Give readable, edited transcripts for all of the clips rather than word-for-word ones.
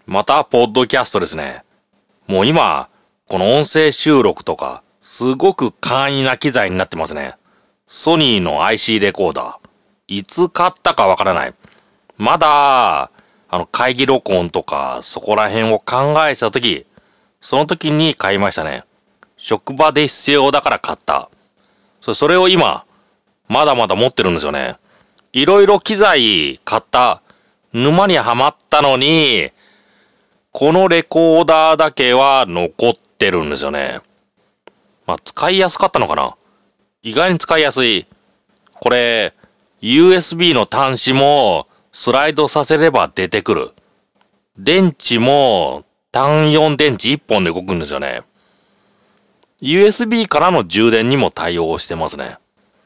また、ポッドキャストですね。もう今、この音声収録とか、すごく簡易な機材になってますね。ソニーの IC レコーダー。いつ買ったかわからない。まだ、会議録音とか、そこら辺を考えてたとき、その時に買いましたね。職場で必要だから買った。それを今、まだまだ持ってるんですよね。いろいろ機材買った。沼にはまったのに、このレコーダーだけは残ってるんですよね。まあ、使いやすかったのかな。意外に使いやすい。これ、USB の端子もスライドさせれば出てくる。電池も単4電池1本で動くんですよね。USB からの充電にも対応してますね。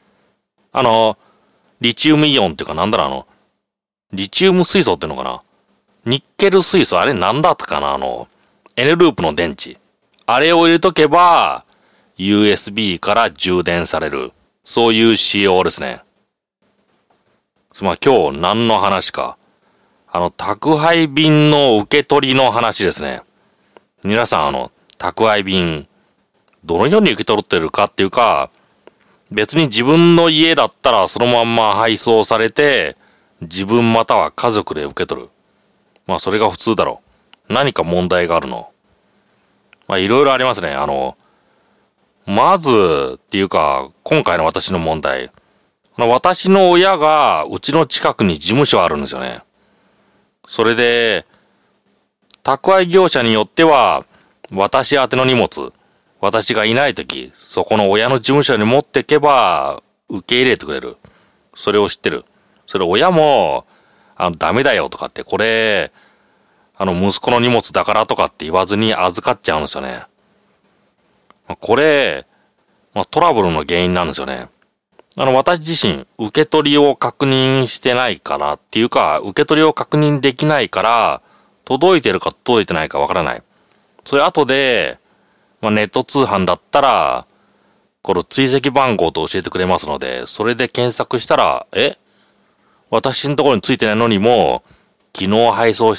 リチウムイオンっていうかなんだろうリチウム水素ってのかなニッケル水素あれなんだったかなN ループの電池。あれを入れとけば、USB から充電される。そういう仕様ですね。まあ今日何の話か。宅配便の受け取りの話ですね。皆さん宅配便、どのように受け取ってるかっていうか、別に自分の家だったらそのまんま配送されて、自分または家族で受け取る。まあそれが普通だろう。何か問題があるの。まあいろいろありますね。まずっていうか、今回の私の問題。私の親がうちの近くに事務所あるんですよね。それで、宅配業者によっては、私宛ての荷物、私がいないとき、そこの親の事務所に持ってけば、受け入れてくれる。それを知ってる。それ親も、ダメだよとかって、これ、息子の荷物だからとかって言わずに預かっちゃうんですよね。これ、トラブルの原因なんですよね。私自身、受け取りを確認してないからっていうか、受け取りを確認できないから、届いてるか届いてないかわからない。それ後で、ネット通販だったら、この追跡番号と教えてくれますので、それで検索したら、私のところについてないのにも、昨日配送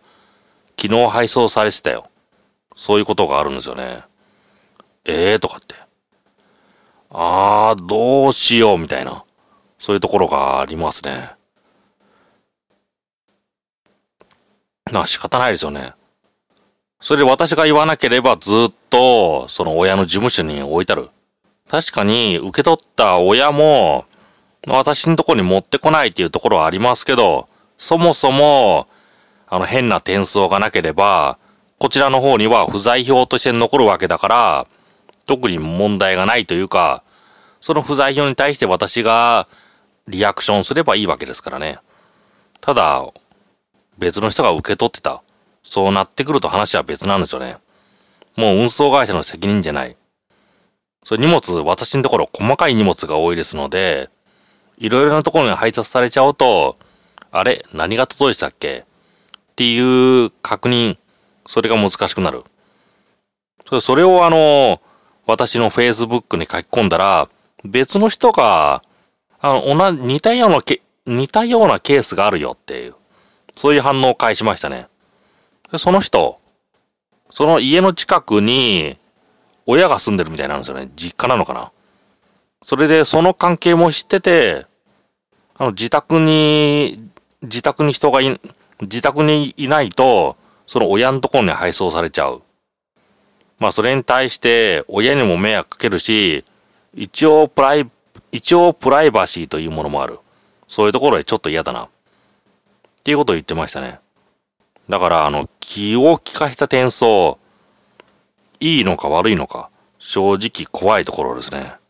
されてたよ。そういうことがあるんですよね。とかって。どうしようみたいな。そういうところがありますね。仕方ないですよね。それで私が言わなければずっと、その親の事務所に置いてある。確かに受け取った親も、私のところに持ってこないっていうところはありますけど、そもそも、変な転送がなければ、こちらの方には不在票として残るわけだから、特に問題がないというか、その不在票に対して私がリアクションすればいいわけですからね。ただ、別の人が受け取ってた。そうなってくると話は別なんですよね。もう運送会社の責任じゃない。それ荷物、私のところ細かい荷物が多いですので、いろいろなところに配達されちゃうと、あれ何が届いてたっけっていう確認、それが難しくなる。それを私の Facebook に書き込んだら、別の人が、似たようなケースがあるよっていう、そういう反応を返しましたね。その人、その家の近くに、親が住んでるみたいなんですよね。実家なのかな。それで、その関係も知ってて、自宅にいないと、その親のところに配送されちゃう。まあ、それに対して、親にも迷惑かけるし、一応プライバシーというものもある。そういうところでちょっと嫌だな。っていうことを言ってましたね。だから、気を利かした転送、いいのか悪いのか、正直怖いところですね。